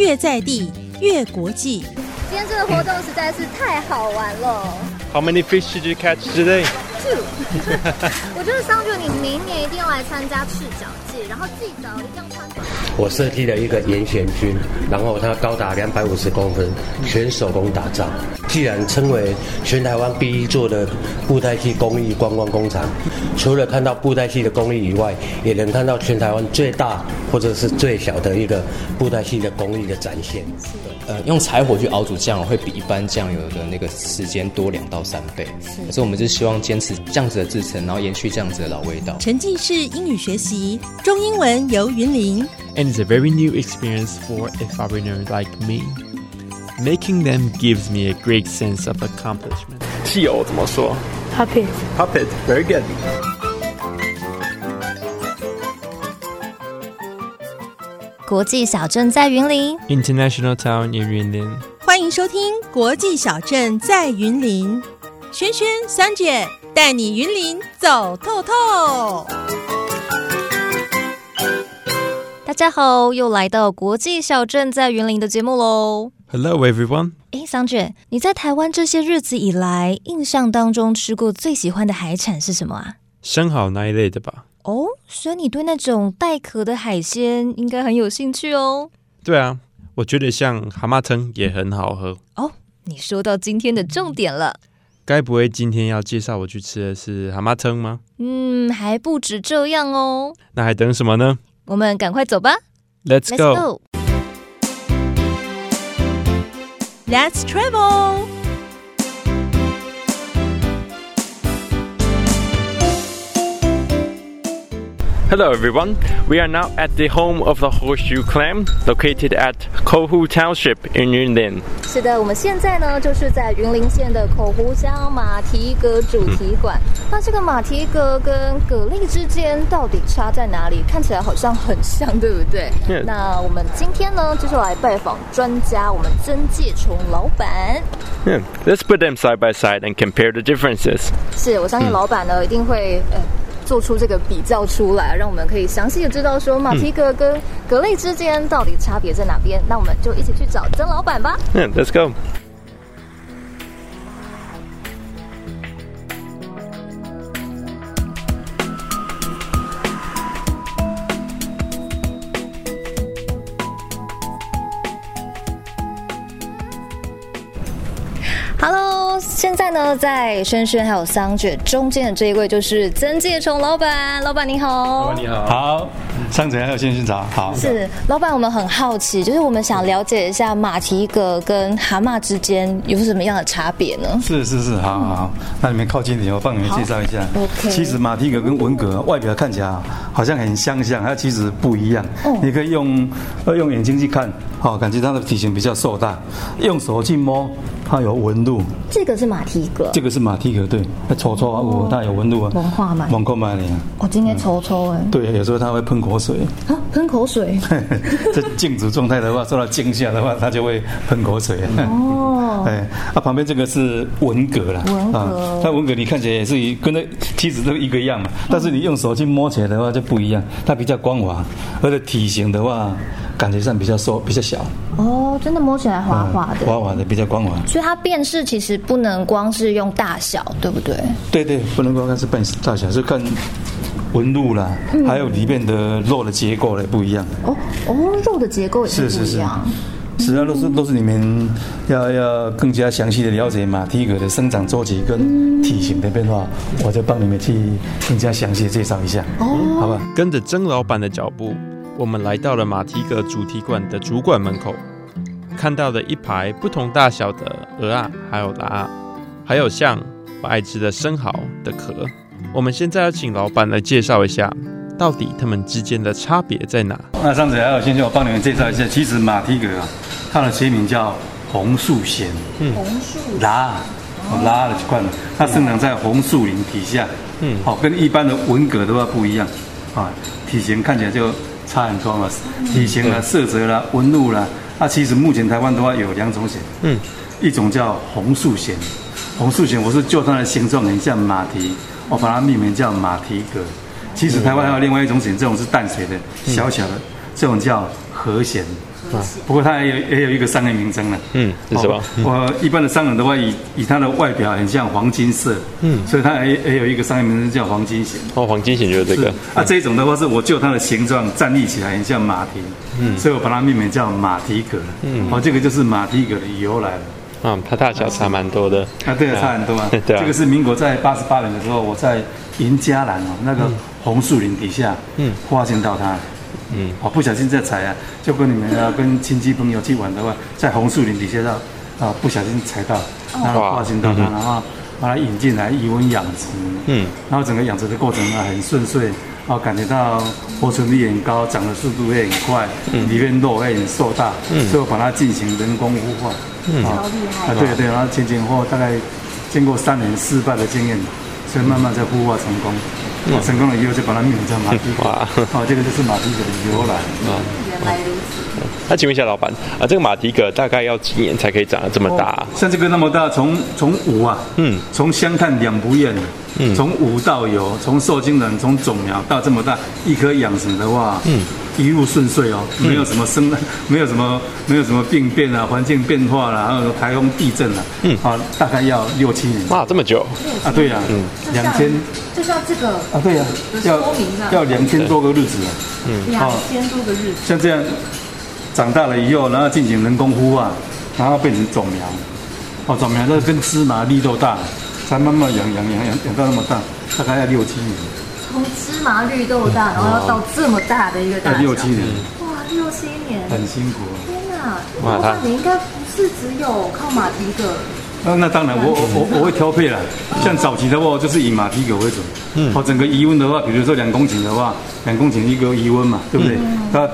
越在地越国际。 今天这个活动实在是太好玩了。 How many fish did you catch today? 2我觉得桑觉你明年一定要来参加赤脚季，然后记得一定要穿。 我设计了一个严选军，然后它高达250公分，全手工打造。既然称为全台湾第一座的布袋戏工艺观光工厂，除了看到布袋戏的工艺以外，也能看到全台湾最大或者是最小的一个布袋戏的工艺的展现。 用柴火去熬煮酱油会比一般酱油的那个时间多2到3倍，可是我们就希望坚持这样子的制程，然后延续这样子的老味道。 沉浸式英语学习，中英文游云林。 And it's a very new experience for a foreigner like me. Making them gives me a great sense of accomplishment. 戏偶怎么说？ Puppet. Puppet. Very good. 国际小镇在云林 International Town in 云林。 欢迎收听国际小镇在云林，轩轩三姐带你云林走透透。 大家好，又来到国际小镇在云林的节目咯。 Hello everyone. 桑姐，你在台湾这些日子以来，印象当中吃过最喜欢的海产是什么啊？ 生蚝那一类的吧。 哦，所以你对那种带壳的海鲜应该很有兴趣哦。 对啊，我觉得像蛤蟆汤也很好喝。 哦，你说到今天的重点了。 该不会今天要介绍我去吃的是蛤蟆汤吗？ 还不止这样哦。 那还等什么呢？ 我们赶快走吧。 Let's go. Let's travel. Hello everyone, we are now at the home of the horseshoe clam, located at Kohu Township in Yunlin. 是的，我们现在呢就是在云林县的口湖乡马蹄蛤主题馆。那这个马蹄蛤跟蛤蜊之间到底差在哪里？看起来好像很像，对不对？那我们今天呢就是来拜访专家，我们曾介崇老板。 Let's put them side by side and compare the differences. 是，我相信老板呢一定会做出这个比较出来，让我们可以详细的知道说马蹄蛤跟蛤蜊之间到底差别在哪边。那我们就一起去找曾老板吧。 Let's go. Hello， 现在呢，在轩轩还有桑姐中间的这一位就是曾介崇老板。老板你好。 老板你好。 好，桑姐还有轩轩早。好。 是，老板，我们很好奇，就是我们想了解一下马蹄蛤跟蛤蟆之间有什么样的差别呢？ 是，好，那你们靠近一点，我帮你们介绍一下。 OK。 其实马蹄蛤跟文蛤外表看起来好像很相像，它其实不一样。你可以用眼睛去看，感觉它的体型比较硕大，用手去摸，它有纹路。 这个是马蹄蛤， 这个是马蹄蛤，对，抽抽啊，它有纹路啊。 文化嘛， 文化嘛呢。 哦，今天抽抽哎。 对，有时候它会喷口水。 啊，喷口水。 这静止状态的话，受到惊吓的话，它就会喷口水。哦。旁边这个是文蛤啦。文蛤。那文蛤你看起来也是跟那其实都一个样嘛，但是你用手去摸起来的话就不一样，它比较光滑，而且体型的话感觉上比较瘦，比较小。哦， 真的摸起来滑滑的。 滑滑的比较光滑。 所以它辨识其实不能光是用大小，对不对？ 对，不能光看是辨识大小，是看纹路啦，还有里面的肉的结构也不一样。 肉的结构也是不一样。 是啊，都是你们要更加详细的了解马蹄蛤的生长周期跟体型的变化，我就帮你们去更加详细的介绍一下。好吧。 跟着曾老板的脚步，我们来到了马蹄蛤主题馆的主馆门口，看到了一排不同大小的鹅啊，还有蛤啊，还有像我爱吃的生蚝的壳。我们现在要请老板来介绍一下，到底它们之间的差别在哪？ 那上次还有先生，我帮你们介绍一下，其实马蹄蛤它的学名叫红树蚬。红树拉的这块，它生长在红树林底下。跟一般的文蛤的话不一样啊，体型看起来就差很多了，体型啦、色泽啦、纹路啦。其实目前台湾的话有2种蚬，一种叫红树蚬，红树蚬我是就它的形状很像马蹄，我把它命名叫马蹄蛤。其实台湾还有另外一种蚬，这种是淡水的，小小的，这种叫河蚬。 不过它也有一个商业名称了。 是什么？ 我一般的商人的话，以它的外表很像黄金色，所以它也有一个商业名称叫黄金蚬。 黄金蚬就是这个。 这一种的话是我就它的形状站立起来很像马蹄，所以我把它命名叫马蹄蛤。这个就是马蹄蛤的由来了。 它大小差蛮多的。 对啊，差很多啊。对啊。这个是民国在88年的时候，我在云嘉南那个红树林底下，发现到它。我不小心在踩啊，就跟你们跟亲戚朋友去玩的话，在红树林底下不小心踩到，然后发现到它，然后把它引进来移温养殖，然后整个养殖的过程很顺遂，感觉到活存率很高，长的速度也很快，里面肉也很硕大，所以我把它进行人工孵化， 超厉害， 对，然后前后大概经过3年失败的经验，所以慢慢再孵化成功。成功了以后就把它命名叫马蹄蛤。这个就是马蹄蛤的由来。 原来如此。 那请问一下老板这个马蹄蛤大概要几年才可以长得这么大？ 像这个那么大，从无啊，从香炭两不厌，从无到有，从受精卵从种苗到这么大一颗养成的话，一路顺遂没有什么没有什么病变啊，环境变化啦，还有台风地震啊，大概要6-7年。 哇，这么久啊？对呀，2000。 就像这个对呀，要2000多个日子 2000多个日子。 像这样长大了以后，然后进行人工孵化，然后变成种苗。种苗都跟芝麻绿豆大，才慢慢养到那么大，大概要6-7年。 从芝麻绿豆大，然后要到这么大的一个大小， 要6-7年。 哇，6-7年， 很辛苦。 天哪！老板，你应该不是只有靠马蹄蛤。 那当然，我会挑配啦。像早期的话，就是以马蹄蛤为准。整个移温的话，比如说2公顷的话，2公顷一个移温嘛，对不对？它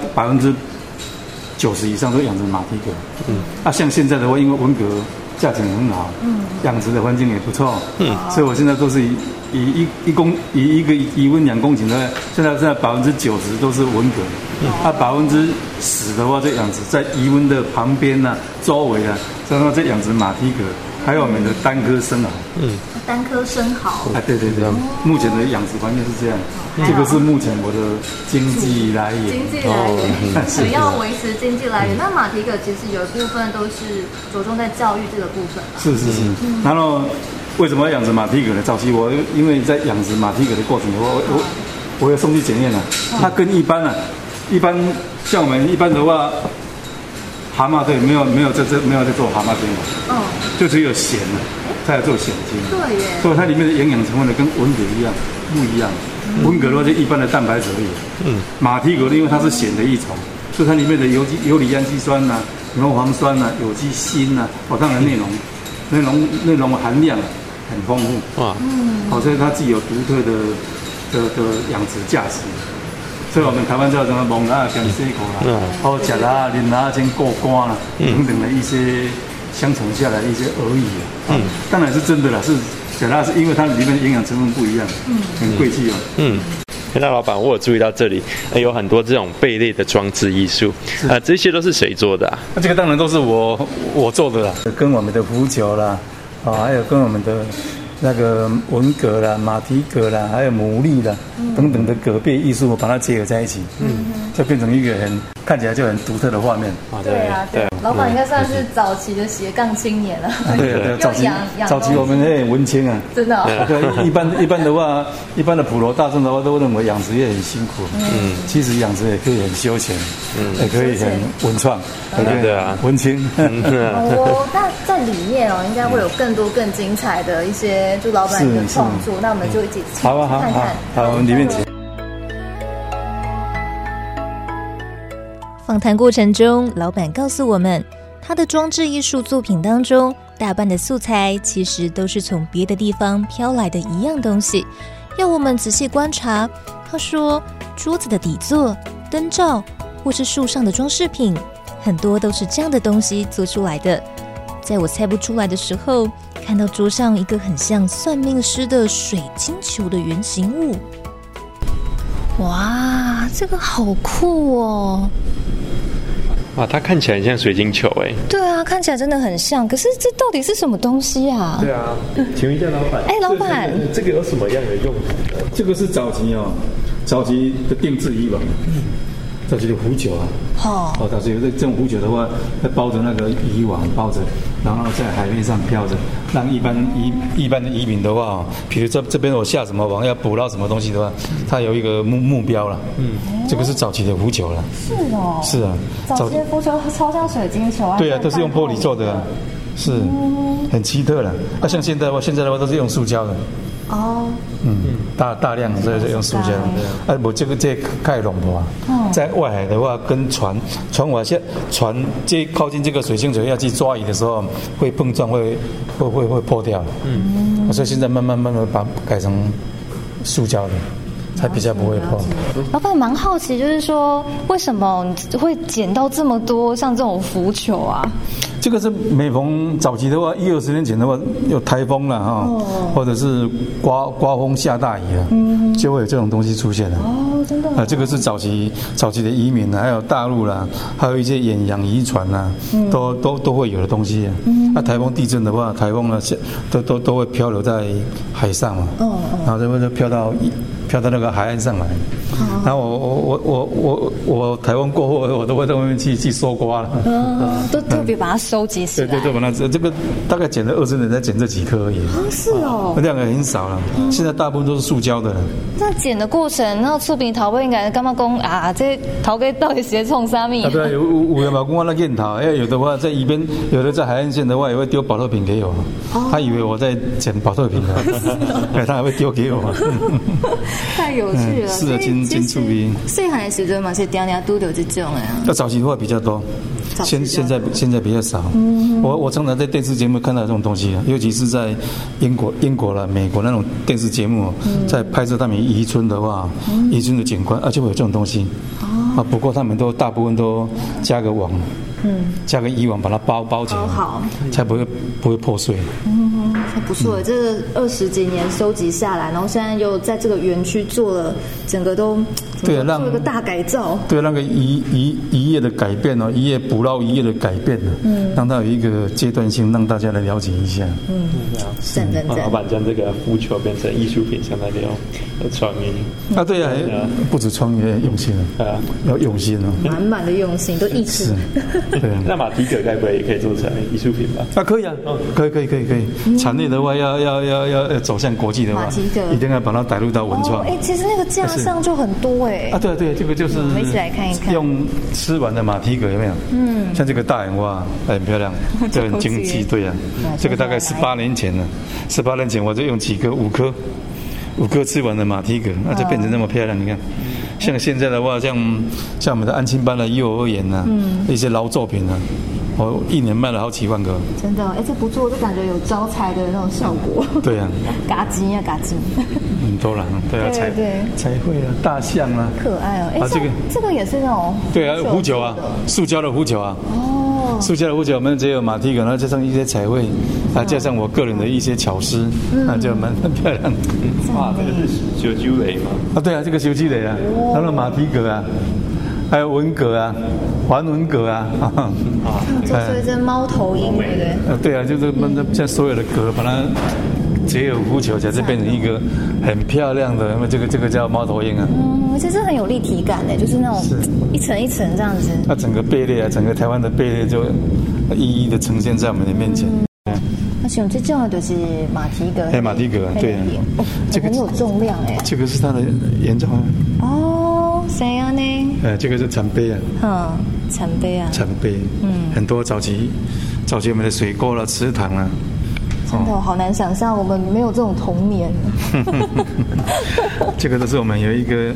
90%以上都养成马蹄蛤。像现在的话，因为文蛤价钱很好，养殖的环境也不错，所以我现在都是以一个移温2公顷的，现在90%都是文蛤。10%的话，就养殖在移温的旁边周围然后再养殖马蹄蛤。还有我们的单颗生蚝， 单颗生蚝， 对，目前的养殖环境是这样，这个是目前我的经济来源， 主要维持经济来源。那马蹄蛤其实有一部分都是着重在教育这个部分， 是，然后为什么要养殖马蹄蛤呢？早期我因为在养殖马蹄蛤的过程，我要送去检验了，它跟一般像我们一般的话。蛤蟆对，没有在做蛤蟆精嘛，就只有蚬了，它在做蚬精， 对耶， 所以它里面的营养成分跟文蛤一样不一样，文蛤的话就一般的蛋白质而已，马蹄蛤因为它是蚬的一种，所以它里面的游离氨基酸牛磺酸有机锌它的内容含量很丰富，所以它具有独特的养殖价值。所以我们台湾叫什么蒙拉跟西口啦，甲拉、磷拉、先过关啦，等等的一些相承下来的一些而已当然是真的啦，是甲拉是因为它里面的营养成分不一样，很贵气那老板，我有注意到这里有很多这种贝类的装置艺术，这些都是谁做的啊？ 这个当然都是我做的啦，跟我们的浮球啦，还有跟我们的。那个文蛤啦、马蹄蛤啦，还有牡蛎啦等等的蛤蜊艺术，把它结合在一起，就变成一个看起来就很独特的画面。 对，老板应该算是早期的斜杠青年了。 对，早期我们很文青啊， 真的。 对，一般的话，一般的普罗大众的话，都认为养殖业很辛苦。其实养殖也可以很休闲，也可以很文创， 对啊， 文青。 那在里面应该会有更多更精彩的一些。就老板的创作，那我们就一起看看。 好，我们里面请。 访谈过程中，老板告诉我们，他的装置艺术作品当中，大半的素材其实都是从别的地方飘来的一样东西，要我们仔细观察。他说，桌子的底座、灯罩，或是树上的装饰品，很多都是这样的东西做出来的。在我猜不出来的时候，看到桌上一个很像算命师的水晶球的圆形物。 哇，这个好酷哦！ 哇，它看起来很像水晶球哎。 对啊，看起来真的很像。可是这到底是什么东西啊？ 对啊，请问一下老板。 老板， 这个有什么样的用途呢？ 这个是早期的定制渔网。 早期的壶酒啊。早期有这种壶酒的话，它包着那个渔网包着，然后在海面上飘着，让一般的渔民的话，比如这边我下什么网要捕捞什么东西的话，它有一个目标了。这个是早期的壶酒了。 是哦。 是啊。 早期的壶酒超像水晶球啊。 对啊，都是用玻璃做的啊。是，很奇特了。像现在的话都是用塑胶的。大量所以用塑胶。我这太浓了啊。在外海的话，跟船这靠近这个水晶球要去抓鱼的时候，会碰撞，会破掉。所以现在慢慢把改成塑胶的。才比较不会破。 老板蛮好奇，就是说为什么会捡到这么多像这种浮球啊？ 这个是每逢早期的话，20-20年前的话，有台风了哈，或者是刮风下大雨了，就会有这种东西出现了。 真的。 这个是早期的移民还有大陆啦，还有一些远洋渔船啦，都会有的东西。那台风地震的话，台风呢都会漂流在海上嘛，然后就飘到那个海岸上来。然后我台风过后，我都会在外面去搜刮了。 都特别把它收集起来。 对，把它这个大概捡了20年才捡这几颗而已。 是哦。 量也很少了，现在大部分都是塑胶的了。 那捡的过程，那厝边头尾应该干嘛讲啊？这头家到底是在创啥物？ 对啊，有的嘛讲我那验头，有的话在一边，有的在海岸线的话也会丢保特瓶给我。他以为我在捡保特瓶啊，他还会丢给我。 太有趣了。 是啊，真趣味。 细汉的时阵嘛是常常拄到这种的啊。 那早期的话比较多，现在比较少。我常常在电视节目看到这种东西，尤其是在英国啦、美国那种电视节目，在拍摄他们渔村的话，渔村的景观就会有这种东西。不过他们大部分都加个网，加个渔网把它包起来， 好， 才不会破碎。 还不错，这个20几年收集下来，然后现在又在这个园区做了整个都做一个大改造。对，那个渔业的改变哦，渔业捕捞渔业的改变让它有一个阶段性，让大家来了解一下。 赞。老板将这个浮球变成艺术品，相当的有创意。 对啊，不止创意，用心了。要用心哦， 满的用心，都一直。 对啊。 那马蹄葛该不会也可以做成艺术品吧？ 可以啊，可以。产业的话要走向国际的话，一定要把它带入到文创。 其实那个架上就很多对，这个就是我们一起来看一看。 用吃完的马蹄葛有没有？像这个大眼蛙很漂亮，这很经济。对啊，这个大概18年前了。18年前我就用几颗5颗吃完的马蹄葛，就变成那么漂亮。你看，像现在的话，像我们的安亲班的幼儿园一些劳作品我1年卖了好几万个。 真的，这不错，就感觉有招财的那种效果。 对啊， 嘎金。 很多了，对啊，彩绘啊，大象啊， 可爱哦。这个也是那种。对啊， 壶酒啊，塑胶的壶酒啊。塑胶的壶酒，我们只有马蹄葛，然后加上一些彩绘，加上我个人的一些巧思，就蛮漂亮的。 这个是小酒雷吗？ 对啊，这个小酒雷啊，然后马蹄葛啊，还有文蛤啊，环纹蛤啊。 所以这猫头鹰，对不对？ 对啊，就是像所有的蛤，把它结合浮球，才是变成一个很漂亮的。因为这个叫猫头鹰啊。 其实很有立体感的，就是那种一层一层这样子。 整个贝类整个台湾的贝类就一一的呈现在我们的面前。 那像这种的就是马蹄葛。 马蹄葛，对啊。 这个很有重量这个是它的严重。 谁啊呢？ 这个是产杯啊。 产杯啊。 产杯。很多早期我们的水沟啦、池塘啦。 真的好难想象，我们没有这种童年。 这个都是我们有一个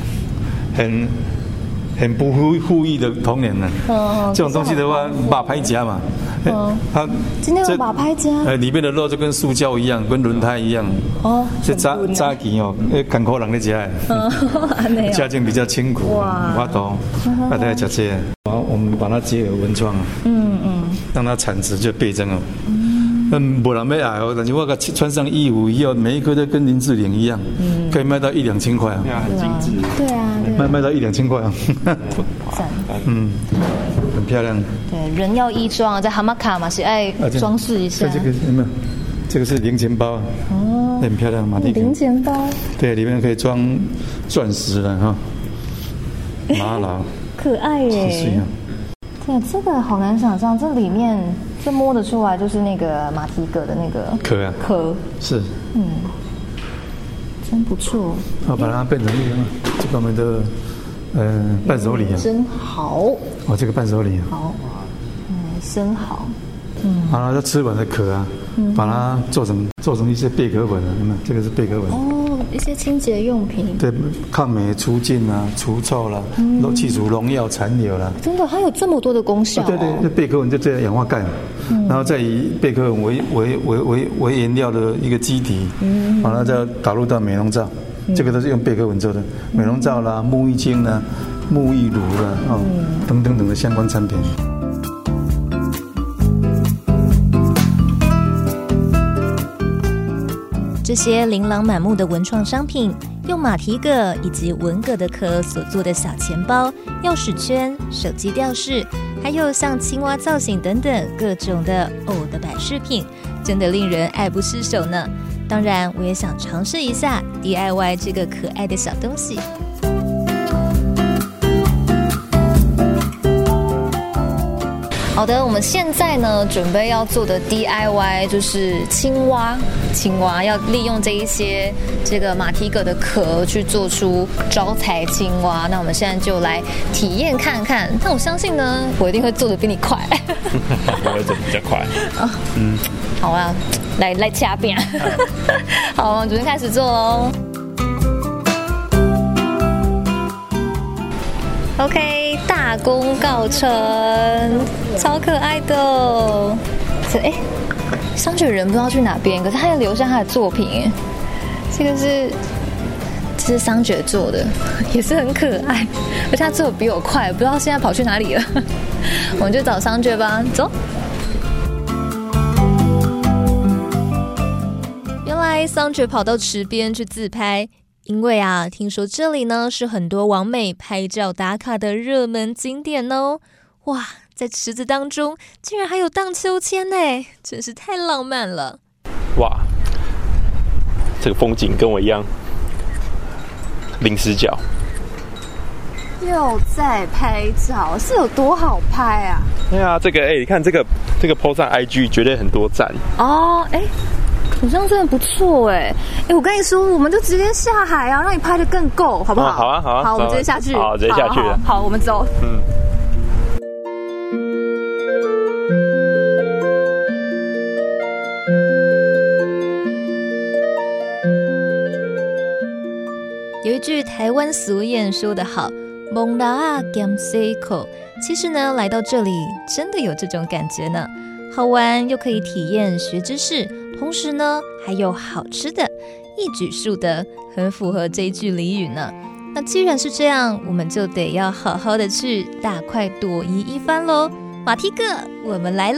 很不富裕的童年呢。这种东西的话，把拍夹嘛。 它今天有把拍夹。 里面的肉就跟塑胶一样，跟轮胎一样。是扎起艰苦人在夹。家境比较清苦，我懂。大家吃这，然后我们把它结合文创。让它产值就倍增哦。没人要爱但是我给穿上衣服以后，每一颗都跟林志玲一样，可以卖到1-2千块很精致。 对啊， 卖到1-2千块赞。 很漂亮。 对，人要衣装，在蛤蟆卡嘛是爱装饰一下。 这个有没有？这个是零钱包很漂亮，马蹄葛。 零钱包。 对，里面可以装钻石了玛瑙， 可爱耶！对，这个好难想象，这里面这摸得出来就是那个马蹄蛤的那个壳， 是， 真不错。 要把它变成一个这个我们的伴手礼啊， 生蚝。 哦，这个伴手礼好，生蚝。 好了，要吃完的壳啊，把它做成一些贝壳粉啊，有没有？这个是贝壳粉。 哦，一些清洁用品。 对，抗霉除菌啊，除臭啦，去除农药残留啦。 真的，它有这么多的功效。 对，那贝壳粉就这样氧化钙，然后再以贝壳粉为原料的一个基底，把它再导入到美容皂，这个都是用贝壳粉做的，美容皂啦、沐浴精啦、沐浴乳啦，等等的相关产品。 这些琳琅满目的文创商品，用马蹄蛤以及文蛤的壳所做的小钱包、钥匙圈、手机吊饰，还有像青蛙造型等等各种的的摆饰品，真的令人爱不释手呢。当然，我也想尝试一下 DIY 这个可爱的小东西。 好的，我们现在呢准备要做的 DIY 就是青蛙要利用这个马蹄蛤的壳去做出招财青蛙。那我们现在就来体验看看。那我相信呢，我一定会做得比你快。 我会做比较快。 好啊，来掐边。好，我们准备开始做喽。OK， 大功告成，超可爱的。桑觉人不知道去哪边，可是他要留下他的作品。这是桑觉做的，也是很可爱，而且他做的比我快，不知道现在跑去哪里了。我们就找桑觉吧，走。 原来桑觉跑到池边去自拍。因为听说这里呢是很多网美拍照打卡的热门景点哦。哇，在池子当中竟然还有荡秋千呢，真是太浪漫了。 哇，这个风景跟我一样，零死角。 又在拍照，是有多好拍啊？ 对啊，你看这个 po 上 IG 绝对很多赞哦。好像真的不错我跟你说，我们就直接下海啊，让你拍得更够，好不好？ 好啊， 好，我们直接下去。 好，直接下去了。 好，我们走。 有一句台湾俗谚说得好，蒙拉啊兼西口。其实呢，来到这里真的有这种感觉呢，好玩又可以体验学知识。同时呢，还有好吃的，一举数得，很符合这一句俚语呢。那既然是这样，我们就得要好好的去大快朵颐一番喽。马蹄蛤，我们来喽！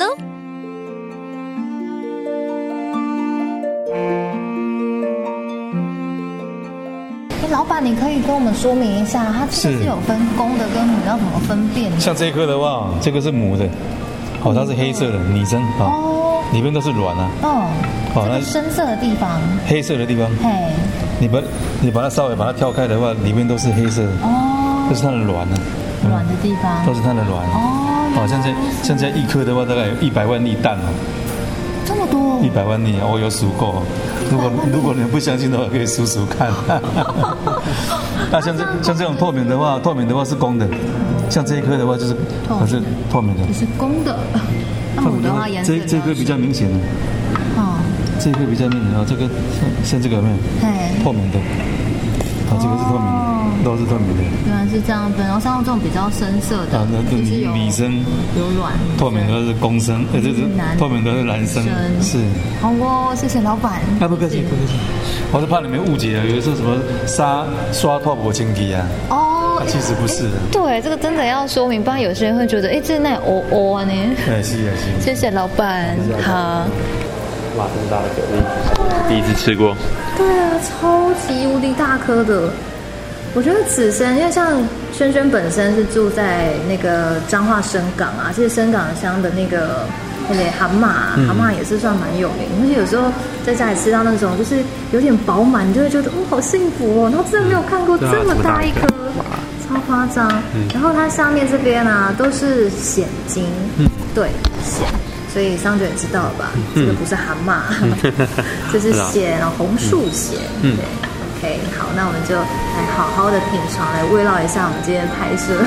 老板，你可以跟我们说明一下，它这个是有分公的跟母，要怎么分辨？ 像这一颗的话，这个是母的，它是黑色的拟真里面都是卵啊。 那深色的地方， 黑色的地方，你把它稍微把它挑开的话，里面都是黑色的。这是它的卵啊。 卵的地方都是它的卵。现在一颗的话，大概有100万粒蛋这么多 ？100万粒，我有数过。如果你们不相信的话，可以数数看。那像这种透明的话是公的，像这一颗的话就是它是透明的， 是公的。那母的话颜色这颗比较明显的。这颗比较明显这个像这个有没有？透明的。这个是透明的，都是透明的。 原来是这样分，然后像这种比较深色的，就是有女生， 有卵。 透明的是公生，这是透明的是男生。是。 好哦，谢谢老板。 不客气，不客气。我是怕你们误解有时候什么刷透膜晶体啊。其实不是的。 对，这个真的要说明，不然有些人会觉得，这那哦呢。 是。 谢谢老板。好。 哇，这么大的蛤蜊，第一次吃过。 对啊，超级无敌大颗的。我觉得此生，因为像萱萱本身是住在那个彰化深港啊，其实深港乡的那个蛤蟆也是算蛮有名。而且有时候在家里吃到那种就是有点饱满，你就会觉得好幸福哦。然后真的没有看过这么大一颗，超夸张。然后它下面这边呢都是蚬精，对，蚬。所以桑姐知道了吧？这个不是蛤蟆，这是蚬，然后红树蚬。对 ，OK， 好，那我们就来好好的品尝，来慰劳一下我们今天拍摄。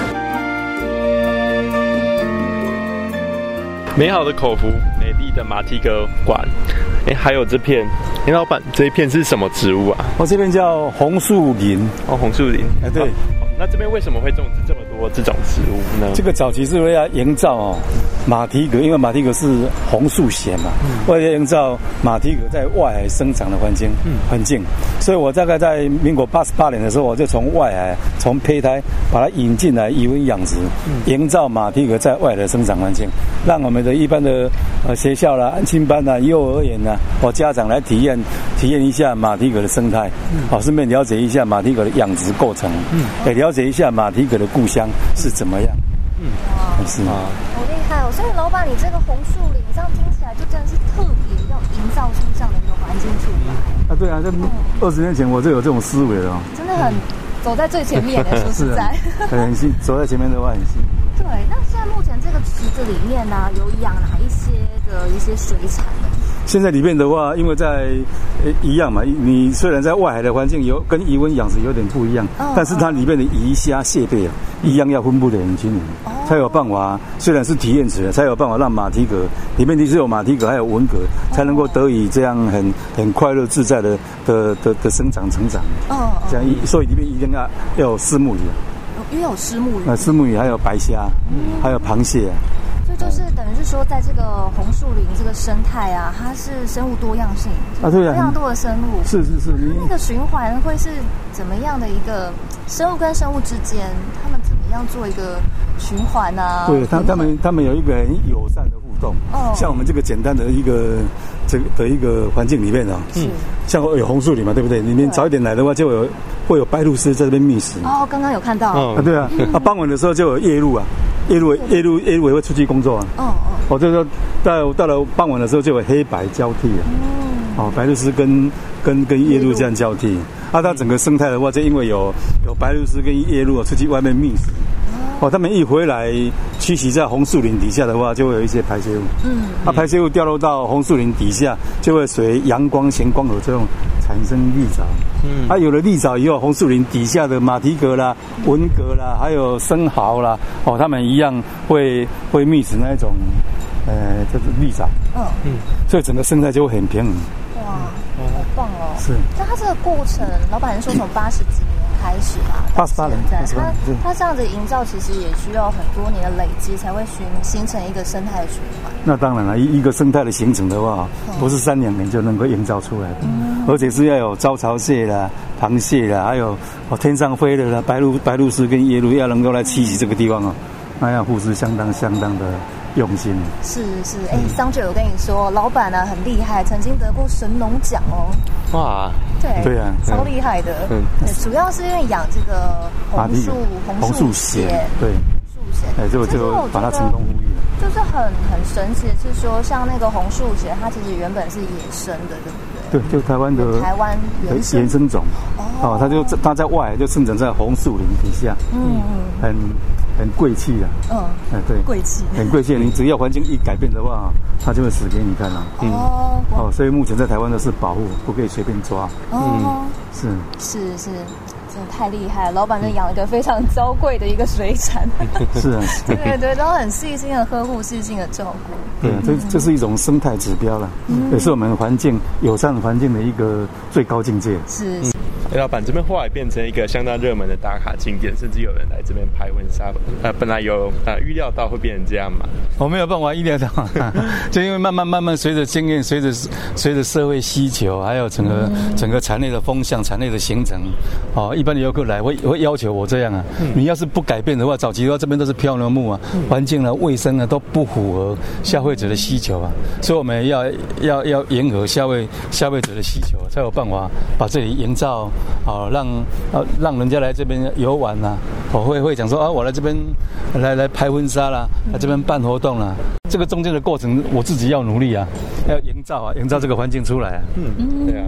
美好的口福，美丽的马蹄格馆。还有这片，老板，这一片是什么植物啊？ 这边叫红树林。 红树林。 对。 那这边为什么会种植这么多这种植物呢？ 这个早期是为了营造马蹄蛤，因为马蹄蛤是红树蚬嘛，为了营造马蹄蛤在外海生长的环境，所以我大概在民国88年的时候，我就从外海从胚胎把它引进来渔温养殖，营造马蹄蛤在外海的生长环境，让我们的一般的学校啦、安亲班啦、幼儿园啦，家长来体验一下马蹄蛤的生态，顺便了解一下马蹄蛤的养殖过程，也了解一下马蹄蛤的故乡是怎么样。是啊， 好厉害哦！所以老板，你这个红树林这样听起来就真的是特别要营造出这样的一个环境出来。 对啊，这20年前我就有这种思维了。 真的很走在最前面的，说实在， 很幸走在前面的话很幸运。 对，那现在目前这个池子里面呢，有养哪一些的一些水产呢？ 现在里面的话，因为在一样嘛，你虽然在外海的环境跟渔温养殖有点不一样，但是它里面的鱼虾蟹贝一样要分布得很均匀，才有办法。虽然是体验池，才有办法让马蹄蛤里面只有马蹄蛤还有文蛤，才能够得以这样很快乐自在的生长成长。这样所以里面一定要有虱目鱼。 因为有虱目鱼， 虱目鱼还有白虾，还有螃蟹。 所以就是等于是说，在这个红树林这个生态啊，它是生物多样性对啊， 非常多的生物。 是。 那个循环会是怎么样的一个生物跟生物之间，他们怎么样做一个循环啊？ 对，他们有一个很友善的互动。像我们这个简单的一个一个环境里面像有红树林嘛，对不对？里面早一点来的话，就会有白鹭鸶在这边觅食。 刚刚有看到。 对啊，傍晚的时候就有夜鹭啊。夜鹭也会出去工作啊。我就说到了傍晚的时候就有黑白交替啊。白鹭鸶跟夜鹭这样交替。它整个生态的话，就因为有白鹭鸶跟夜鹭出去外面觅食。他们一回来栖息在红树林底下的话，就会有一些排泄物。排泄物掉落到红树林底下，就会随阳光咸光合作用产生绿藻。有了绿藻以后，红树林底下的马蹄蛤啦、文蛤啦，还有生蚝啦，它们一样会觅食那一种就是绿藻。所以整个生态就会很平衡。 哇，好棒哦！ 是。 那它这个过程，老板是说从80几年开始吧 ？88年。 它这样子营造，其实也需要很多年的累积，才会形成一个生态的循环。 那当然了，一个生态的形成的话，不是3-2年就能够营造出来的，而且是要有招潮蟹啦、螃蟹啦，还有天上飞的啦、白鹭鸶跟夜鹭要能够来栖息这个地方那要付出相当的用心。是， 桑姐，我跟你说，老板呢很厉害，曾经得过神农奖哦。 哇， 对啊，超厉害的。主要是因为养这个红树蚬， 对，树蚬，就把它成功呼吁了。 就是很神奇的是说，像那个红树蚬，它其实原本是野生的，对不对？ 对，就台湾原生种。它在外就生长在红树林底下，很贵气的。对，贵气，很贵气。你只要环境一改变的话，它就会死给你看了。所以目前在台湾都是保护，不可以随便抓。是。 真的太厉害了，老板真养了一个非常娇贵的一个水产。 是啊， 对，都很细心的呵护，细心的照顾。 对，这是一种生态指标了，也是我们友善环境的一个最高境界。 是。 老板，这边后来变成一个相当热门的打卡景点，甚至有人来这边拍婚纱。本来有预料到会变成这样嘛？ 我没有办法预料到，就因为慢慢随着经验，随着社会需求，还有整个产业的风向、产业的形成，一般的游客来会要求我这样啊。你要是不改变的话，早期的话这边都是漂流木啊，环境啊、卫生啊都不符合消费者的需求啊，所以我们要迎合消费者的需求，才有办法把这里营造。让人家来这边游玩啦，会讲说我来这边来拍婚纱啦，来这边办活动啦。这个中间的过程，我自己要努力啊，要营造这个环境出来啊。 对啊。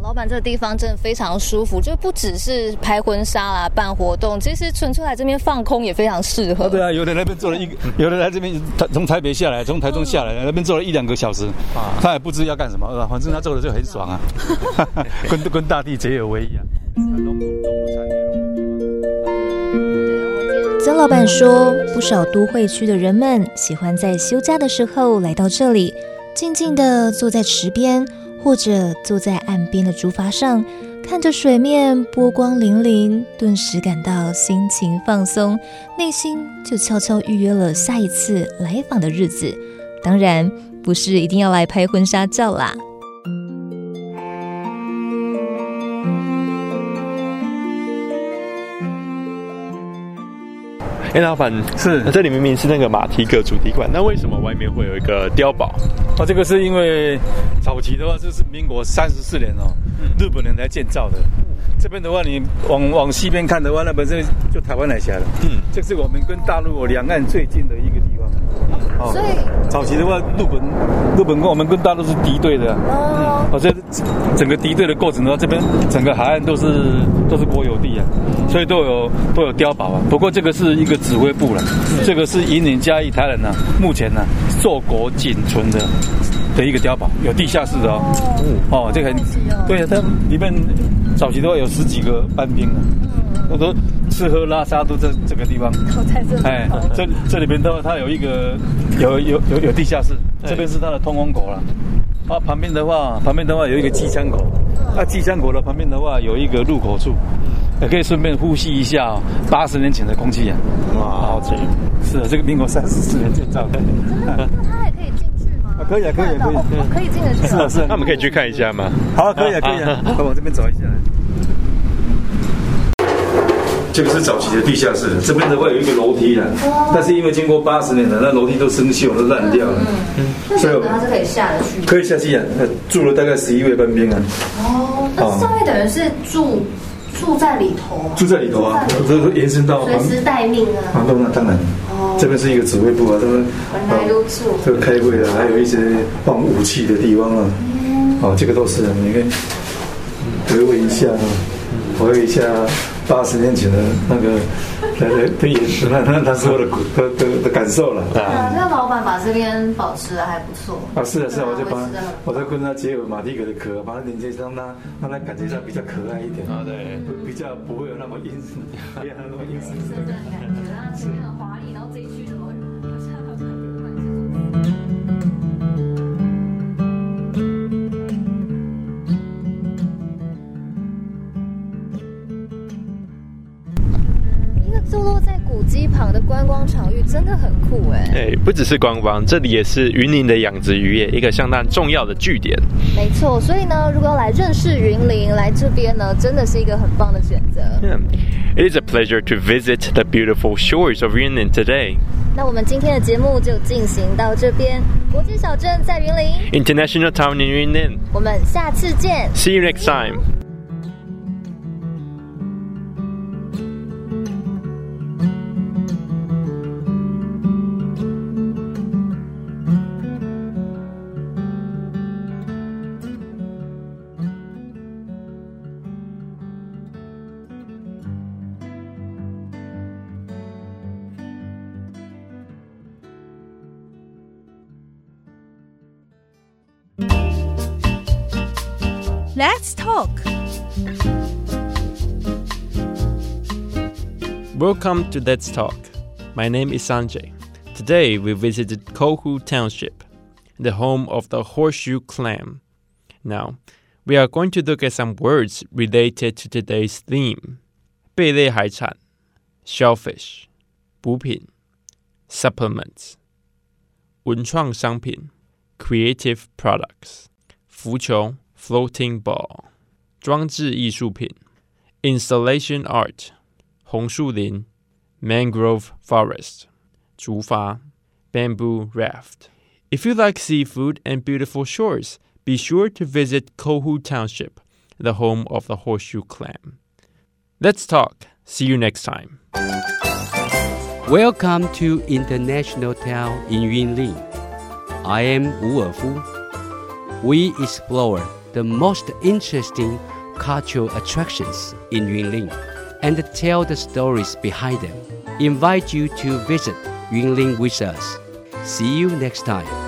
老板，这个地方真的非常舒服，就不只是拍婚纱啦、办活动，其实纯粹来这边放空也非常适合。 对啊，有的那边坐了有的来这边从台北下来，从台中下来，那边坐了1-2个小时，他也不知要干什么，反正他做的就很爽啊，跟大地结有为一啊。 曾老板说，不少都会区的人们喜欢在休假的时候来到这里，静静地坐在池边，或者坐在岸边的竹筏上，看着水面波光粼粼，顿时感到心情放松，内心就悄悄预约了下一次来访的日子。当然，不是一定要来拍婚纱照啦。 老板，是这里明明是那个马蹄阁主题馆，那为什么外面会有一个碉堡？ 这个是因为早期的话，这是民国34年日本人来建造的。这边的话，你往西边看的话，那本身就台湾海峡了。这是我们跟大陆两岸最近的一个地方。所以早期的话，日本跟我们跟大陆是敌对的。这整个敌对的过程的话，这边整个海岸都是国有地啊，所以都有碉堡啊。不过这个是一个指挥部了，这个是云林嘉义台南目前硕果仅存的一个碉堡，有地下室的哦。这个很对，它里面早期的话有10几个班兵我都吃喝拉撒都在这个地方， 都在这里。 这里边的话，它有一个有地下室，这边是它的通风口了。旁边的话有一个机枪口，机枪口的旁边的话有一个入口处，也可以顺便呼吸一下80年前的空气啊。 哇，好奇。 是的，这个民国34年建造的。 那它也可以进去吗？ 可以， 可以进得去。 是， 那我们可以去看一下吗？ 好，可以啊，快往这边走一下。这个是早期的地下室，这边的话有一个楼梯啦，但是因为经过80年了，那楼梯都生锈，都烂掉了。 所以它是可以下得去。 可以下去啊，住了大概11位班兵啊。 那上面等于是住在里头。 住在里头啊，这延伸到随时待命啊。 那当然。这边是一个指挥部啊，他们原来如此。 这个开会啊，还有一些放武器的地方啊。这个都是你可以回味一下回味一下80年前的那个那时候的感受了。 这个老板把这边保持的还不错。 是啊，我在跟他结合马蹄阁的壳，把它连接上，让它感觉上比较可爱一点对，比较不会有那么阴森，不要那么阴森的感觉，让它前面很华丽，然后这一区怎么好像坐落在古迹旁的观光场域真的很酷不只是观光，这里也是云林的养殖渔业一个相当重要的据点。 没错，所以呢，如果要来认识云林，来这边呢，真的是一个很棒的选择。 It is a pleasure to visit the beautiful shores of Yunlin today. 那我们今天的节目就進行到這邊，國際小鎮在雲林 International Town in Yunlin. 我們下次見 See you next time. Let's talk. Welcome to Let's Talk. My name is Sanjay. Today we visited Kohu Township, the home of the Horseshoe Clan. Now, we are going to look at some words related to today's theme. 贝类海产 shellfish 补品 supplements 文创商品 creative products 浮球 floating ball 装置艺术品 installation art 红树林 mangrove forest 竹筏 bamboo raft. If you like seafood and beautiful shores, be sure to visit Kohu Township, the home of the Horseshoe Clan. Let's talk. See you next time. Welcome to International Town in Yunlin. I am Wu Erfu. We explore the most interesting cultural attractions in Yunlin and tell the stories behind them. Invite you to visit Yunlin with us. See you next time.